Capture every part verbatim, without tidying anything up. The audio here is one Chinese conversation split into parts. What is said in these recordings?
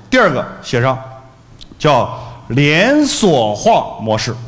第二个写上，叫连锁化模式。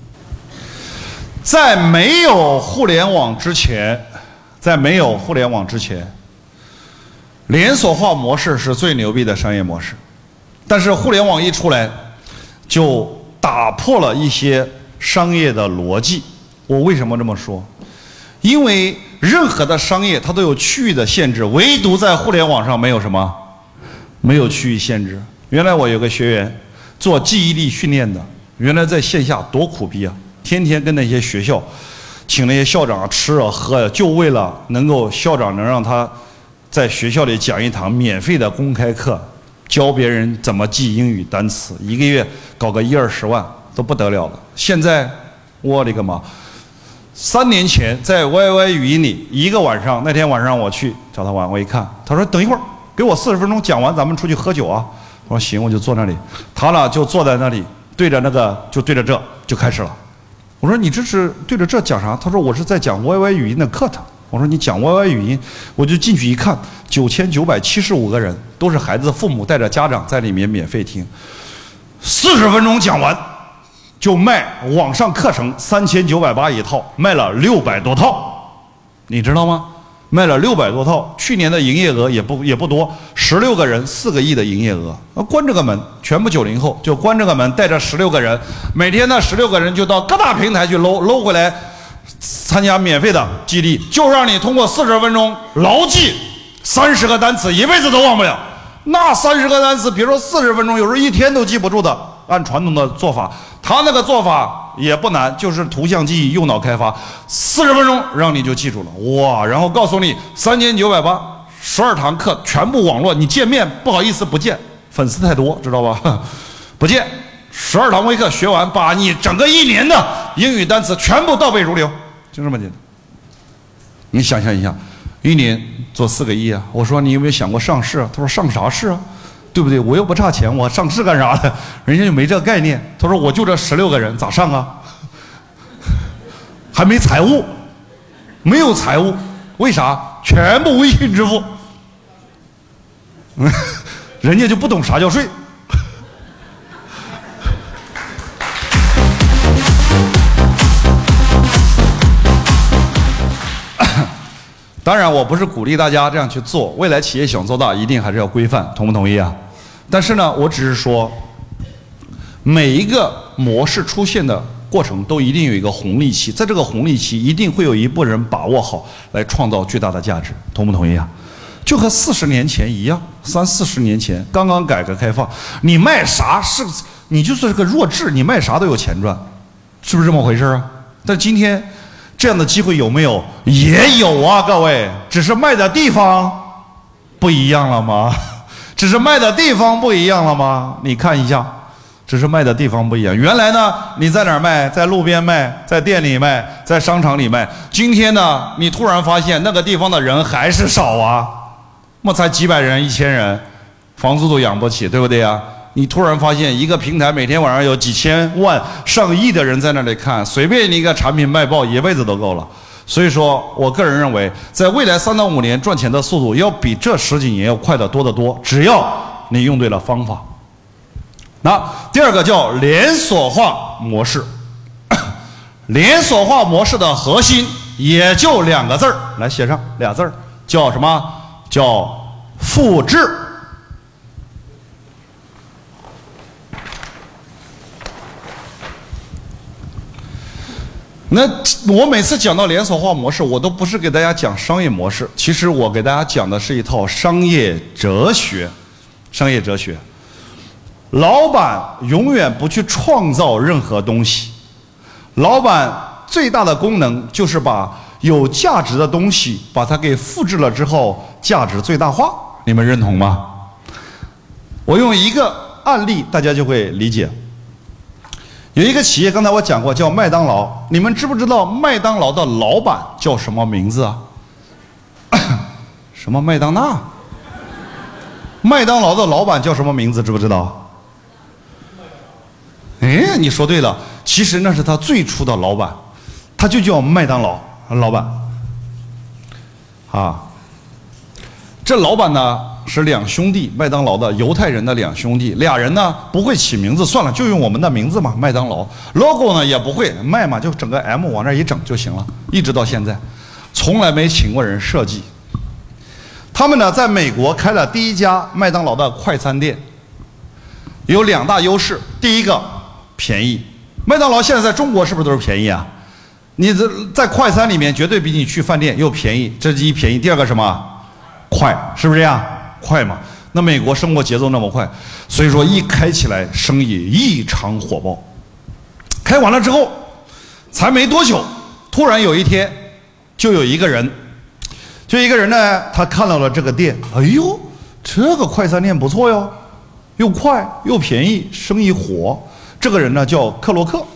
在没有互联网之前，在没有互联网之前，连锁化模式是最牛逼的商业模式。但是互联网一出来，就打破了一些商业的逻辑。我为什么这么说？因为任何的商业它都有区域的限制，唯独在互联网上没有什么，没有区域限制。原来我有个学员做记忆力训练的，原来在线下多苦逼啊！天天跟那些学校请那些校长吃啊喝啊，就为了能够校长能让他在学校里讲一堂免费的公开课，教别人怎么记英语单词，一个月搞个一二十万都不得了了。现在我的个妈！三年前在 Y Y 语音里一个晚上，那天晚上我去找他玩，我一看，他说等一会儿，给我四十分钟讲完，咱们出去喝酒啊。我说行，我就坐那里。他呢就坐在那里，对着那个就对着这就开始了。我说你这是对着这讲啥？他说我是在讲 Y Y 语音的课堂。我说你讲 Y Y 语音，我就进去一看，九千九百七十五个人，都是孩子父母带着家长在里面免费听，四十分钟讲完。就卖网上课程三千九百八一套，卖了六百多套，你知道吗？卖了六百多套，去年的营业额也不也不多，十六个人四个亿的营业额。啊，关这个门，全部九零后就关这个门，带着十六个人，每天呢十六个人就到各大平台去搂搂回来，参加免费的激励，就让你通过四十分钟牢记三十个单词，一辈子都忘不了。那三十个单词，比如说四十分钟，有时候一天都记不住的。按传统的做法，他那个做法也不难，就是图像记忆、右脑开发，四十分钟让你就记住了，哇！然后告诉你三千九百八，十二堂课全部网络，你见面不好意思不见，粉丝太多，知道吧？不见，十二堂微课学完，把你整个一年的英语单词全部倒背如流，就这么简单。你想象一下，一年做四个亿啊！我说你有没有想过上市啊？他说上啥市啊？对不对？我又不差钱，我上市干啥的？人家就没这概念。他说我就这十六个人，咋上啊？还没财务，没有财务，为啥？全部微信支付，人家就不懂啥叫税。当然，我不是鼓励大家这样去做。未来企业想做大，一定还是要规范，同不同意啊？但是呢，我只是说，每一个模式出现的过程都一定有一个红利期，在这个红利期，一定会有一部分人把握好，来创造巨大的价值，同不同意啊？就和四十年前一样，三四十年前刚刚改革开放，你卖啥是，你就是个弱智，你卖啥都有钱赚，是不是这么回事啊？但今天这样的机会有没有？也有啊，各位，只是卖的地方不一样了吗？只是卖的地方不一样了吗？你看一下，只是卖的地方不一样。原来呢，你在哪儿卖？在路边卖，在店里卖，在商场里卖。今天呢，你突然发现那个地方的人还是少啊，那才几百人、一千人，房租都养不起，对不对呀？你突然发现一个平台每天晚上有几千万、上亿的人在那里看，随便一个产品卖爆，一辈子都够了。所以说我个人认为，在未来三到五年赚钱的速度要比这十几年要快得多得多，只要你用对了方法。那第二个叫连锁化模式，连锁化模式的核心也就两个字儿，来写上俩字儿，叫什么？叫复制。那我每次讲到连锁化模式，我都不是给大家讲商业模式，其实我给大家讲的是一套商业哲学。商业哲学，老板永远不去创造任何东西，老板最大的功能就是把有价值的东西把它给复制了之后，价值最大化。你们认同吗？我用一个案例，大家就会理解。有一个企业，刚才我讲过，叫麦当劳。你们知不知道麦当劳的老板叫什么名字啊？什么麦当娜？麦当劳的老板叫什么名字？知不知道？哎，你说对了，其实那是他最初的老板，他就叫麦当劳老板。啊， 这老板呢是两兄弟，麦当劳的犹太人的两兄弟，俩人呢不会起名字，算了，就用我们的名字嘛，麦当劳。logo 呢也不会，麦嘛就整个 M 往那一整就行了，一直到现在，从来没请过人设计。他们呢在美国开了第一家麦当劳的快餐店，有两大优势，第一个便宜，麦当劳现在在中国是不是都是便宜啊？你这在快餐里面绝对比你去饭店又便宜，这是第一便宜。第二个什么？快，是不是这样？快嘛。那美国生活节奏那么快，所以说一开起来生意异常火爆。开完了之后，才没多久，突然有一天，就有一个人，就一个人呢，他看到了这个店，哎呦，这个快餐店不错哟，又快又便宜，生意火。这个人呢叫克洛克。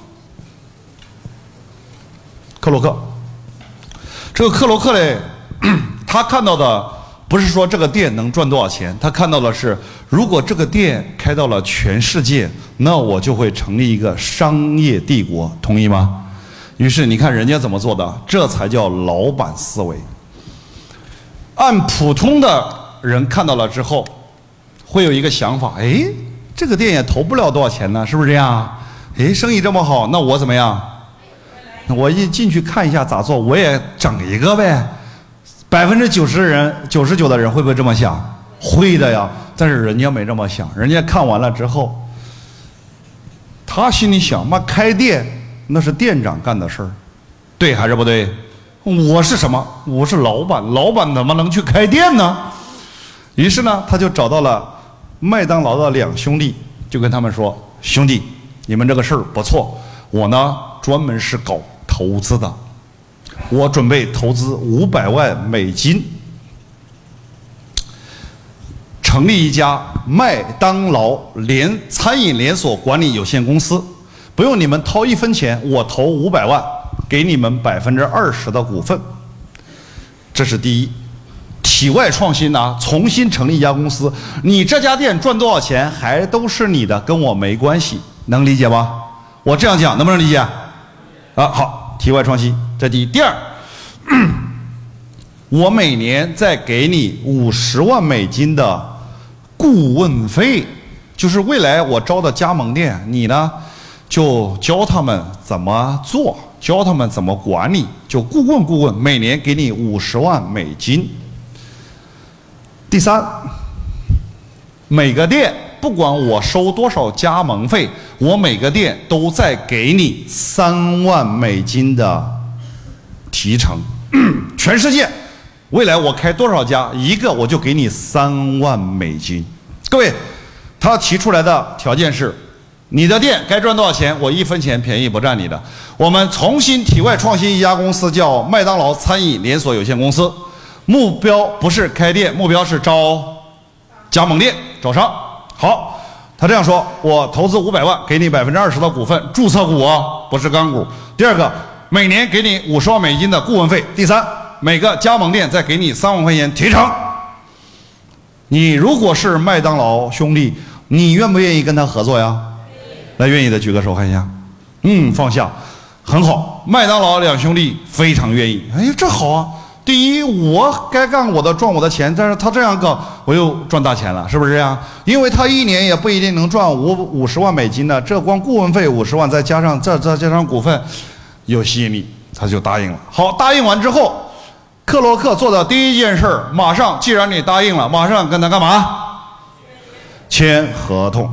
克洛克，这个克洛克嘞，他看到的不是说这个店能赚多少钱，他看到的是，如果这个店开到了全世界，那我就会成立一个商业帝国，同意吗？于是你看人家怎么做的，这才叫老板思维。按普通的人看到了之后，会有一个想法，哎，这个店也投不了多少钱呢，是不是这样？哎，生意这么好，那我怎么样？我一进去看一下咋做，我也整一个呗。百分之九十人，九十九的人会不会这么想？会的呀。但是人家没这么想，人家看完了之后，他心里想：妈，开店那是店长干的事儿，对还是不对？我是什么？我是老板，老板怎么能去开店呢？于是呢，他就找到了麦当劳的两兄弟，就跟他们说：兄弟，你们这个事儿不错，我呢专门是搞投资的，我准备投资五百万美金，成立一家麦当劳连餐饮连锁管理有限公司，不用你们掏一分钱，我投五百万，给你们百分之二十的股份。这是第一。体外创新啊，重新成立一家公司，你这家店赚多少钱还都是你的，跟我没关系，能理解吗？我这样讲能不能理解？啊，好，体外创新，这第一。第二，我每年再给你五十万美金的顾问费，就是未来我招的加盟店，你呢就教他们怎么做，教他们怎么管理，就顾问顾问，每年给你五十万美金。第三，每个店不管我收多少加盟费，我每个店都在给你三万美金的提成。全世界，未来我开多少家，一个我就给你三万美金。各位，他提出来的条件是，你的店该赚多少钱，我一分钱便宜不占你的。我们重新体外创新一家公司，叫麦当劳餐饮连锁有限公司。目标不是开店，目标是招加盟店，招商。好，他这样说，我投资五百万，给你百分之二十的股份，注册股哦，不是钢股。第二个，每年给你五十万美金的顾问费。第三，每个加盟店再给你三万块钱提成。你如果是麦当劳兄弟，你愿不愿意跟他合作呀？来，愿意的举个手看一下。嗯，放下，很好。麦当劳两兄弟非常愿意。哎，这好啊。第一，我该干我的，赚我的钱，但是他这样搞，我又赚大钱了，是不是这样？因为他一年也不一定能赚五五十万美金呢，这光顾问费五十万，再加上这再加上股份，有吸引力，他就答应了。好，答应完之后，克洛克做的第一件事儿，马上，既然你答应了，马上跟他干嘛？签合同。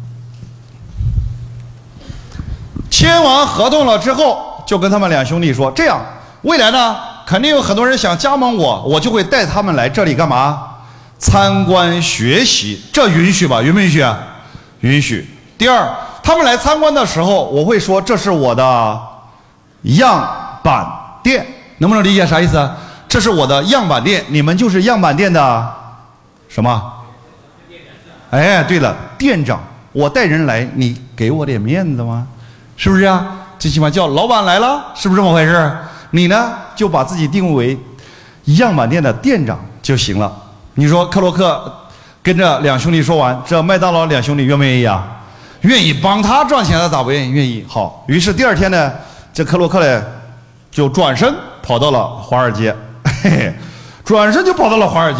签完合同了之后，就跟他们两兄弟说，这样未来呢？肯定有很多人想加盟我，我就会带他们来这里干嘛？参观学习，这允许吧？允不允许？允许。第二，他们来参观的时候，我会说这是我的样板店，能不能理解啥意思？这是我的样板店，你们就是样板店的什么？哎，对了，店长，我带人来，你给我点面子吗？是不是啊？最起码叫老板来了，是不是这么回事？你呢就把自己定位为样板店的店长就行了。你说克洛克跟着两兄弟说完，这麦当劳两兄弟愿不愿意啊？愿意，帮他赚钱，他咋不愿意？愿意。好，于是第二天呢，这克洛克呢就转身跑到了华尔街，嘿嘿，转身就跑到了华尔街，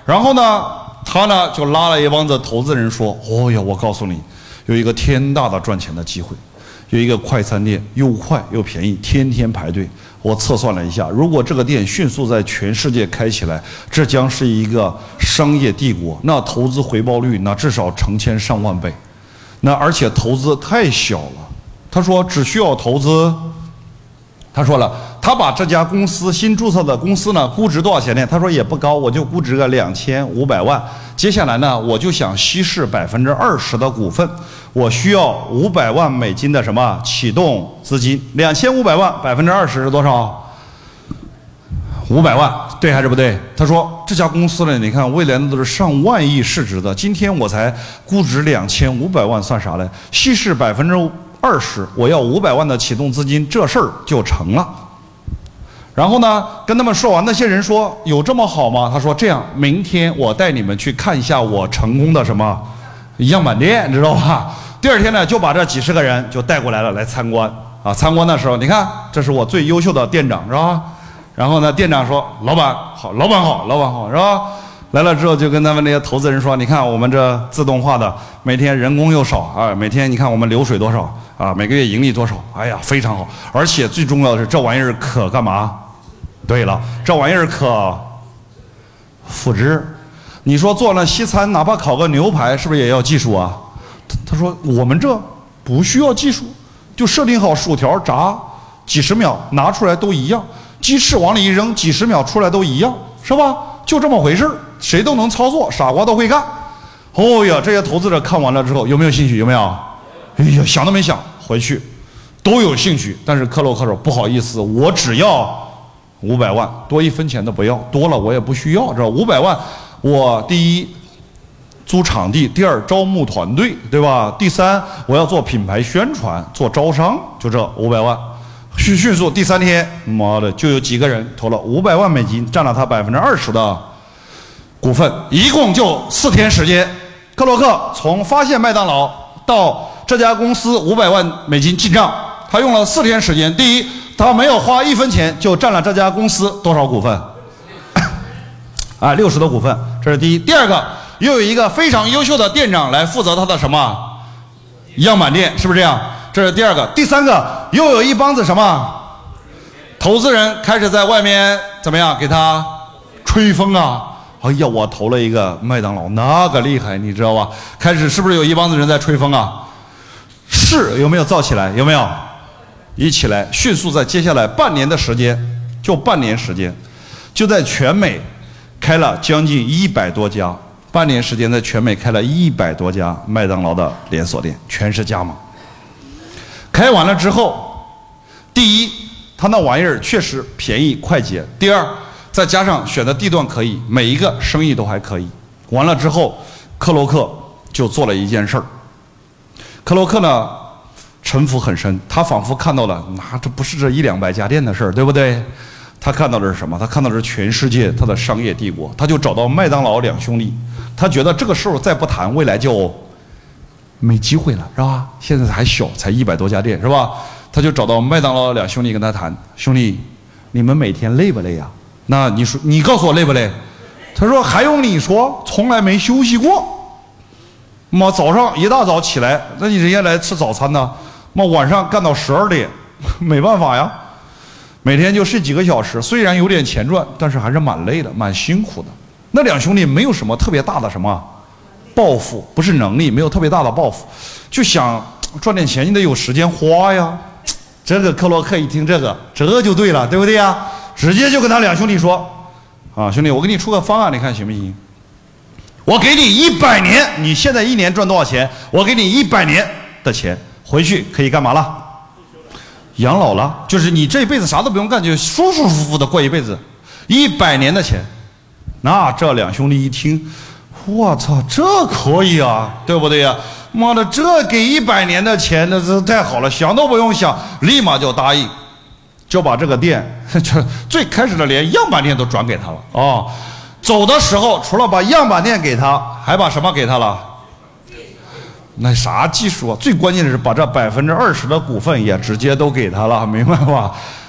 然后呢，他呢就拉了一帮子投资人说：“哦呀，我告诉你，有一个天大的赚钱的机会，有一个快餐店，又快又便宜，天天排队。我测算了一下，如果这个店迅速在全世界开起来，这将是一个商业帝国。那投资回报率那至少成千上万倍。那而且投资太小了。”他说只需要投资。他说了，他把这家公司新注册的公司呢，估值多少钱呢？他说也不高，我就估值个两千五百万。接下来呢，我就想稀释百分之二十的股份，我需要五百万美金的什么启动资金？两千五百万，百分之二十是多少？五百万，对还是不对？他说这家公司呢，你看未来那都是上万亿市值的，今天我才估值两千五百万，算啥嘞？稀释百分之二十，我要五百万的启动资金，这事儿就成了。然后呢，跟他们说完，那些人说有这么好吗？他说这样，明天我带你们去看一下我成功的什么样板店，知道吧？第二天呢，就把这几十个人就带过来了，来参观啊。参观的时候，你看，这是我最优秀的店长，是吧？然后呢，店长说：“老板好，老板好，老板好，是吧？”来了之后就跟他们那些投资人说：“你看我们这自动化的，每天人工又少啊，每天你看我们流水多少啊，每个月盈利多少？哎呀，非常好。而且最重要的是，这玩意儿可干嘛？对了，这玩意儿可复制。你说做那西餐，哪怕烤个牛排，是不是也要技术啊？”他说：“我们这不需要技术，就设定好薯条炸几十秒拿出来都一样，鸡翅往里一扔，几十秒出来都一样，是吧？就这么回事儿。”谁都能操作，傻瓜都会干。哦呀，这些投资者看完了之后有没有兴趣？有没有？哎呀，想都没想，回去都有兴趣。但是克洛克说不好意思，我只要五百万，多一分钱都不要，多了我也不需要，知道？五百万，我第一租场地，第二招募团队，对吧？第三我要做品牌宣传，做招商，就这五百万。迅迅速，第三天，妈的，就有几个人投了五百万美金，占了他百分之二十的股份，一共就四天时间。克洛克从发现麦当劳到这家公司五百万美金进账，他用了四天时间。第一，他没有花一分钱就占了这家公司多少股份？啊，六十的股份，这是第一。第二个，又有一个非常优秀的店长来负责他的什么样板店，是不是这样？这是第二个。第三个，又有一帮子什么投资人开始在外面怎么样给他吹风啊？哎呀，我投了一个麦当劳，那个厉害，你知道吧？开始是不是有一帮子人在吹风啊？是，有没有造起来？有没有？一起来，迅速在接下来半年的时间，就半年时间，就在全美开了将近一百多家，半年时间在全美开了一百多家麦当劳的连锁店，全是加盟。开完了之后，第一，他那玩意儿确实便宜快捷；第二，再加上选的地段可以，每一个生意都还可以。完了之后，克洛克就做了一件事儿。克洛克呢，城府很深，他仿佛看到了，那这不是这一两百家店的事儿，对不对？他看到的是什么？他看到的是全世界他的商业帝国。他就找到麦当劳两兄弟，他觉得这个时候再不谈，未来就没机会了，是吧？现在还小，才一百多家店，是吧？他就找到麦当劳两兄弟跟他谈，兄弟，你们每天累不累呀？那你说，你告诉我累不累？他说还用你说，从来没休息过。妈，早上一大早起来，那你人家来吃早餐呢，妈晚上干到十二点，没办法呀，每天就睡几个小时。虽然有点钱赚，但是还是蛮累的，蛮辛苦的。那两兄弟没有什么特别大的什么抱负，不是能力，没有特别大的抱负，就想赚点钱，你得有时间花呀。这个克洛克一听这个，这就对了，对不对呀？直接就跟他两兄弟说：“啊，兄弟，我给你出个方案，你看行不行？我给你一百年，你现在一年赚多少钱？我给你一百年的钱，回去可以干嘛了？养老了，就是你这辈子啥都不用干，就舒舒服服的过一辈子，一百年的钱。”那这两兄弟一听，我操，这可以啊，对不对呀？妈的，这给一百年的钱，那这太好了，想都不用想，立马就答应。就把这个店，这最开始的连样板店都转给他了哦。走的时候，除了把样板店给他，还把什么给他了？那啥技术啊？最关键的是把这百分之二十的股份也直接都给他了，明白吧？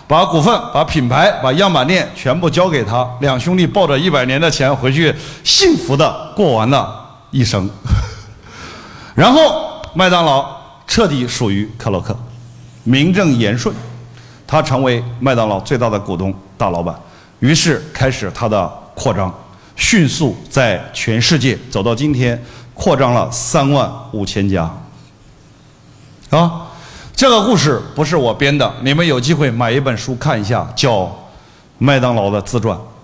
把股份、把品牌、把样板店全部交给他，两兄弟抱着一百年的钱回去，幸福的过完了一生。然后麦当劳彻底属于克洛克，名正言顺，他成为麦当劳最大的股东、大老板，于是开始他的扩张，迅速在全世界走到今天，扩张了三万五千家。啊。这个故事不是我编的，你们有机会买一本书看一下，叫《麦当劳的自传》。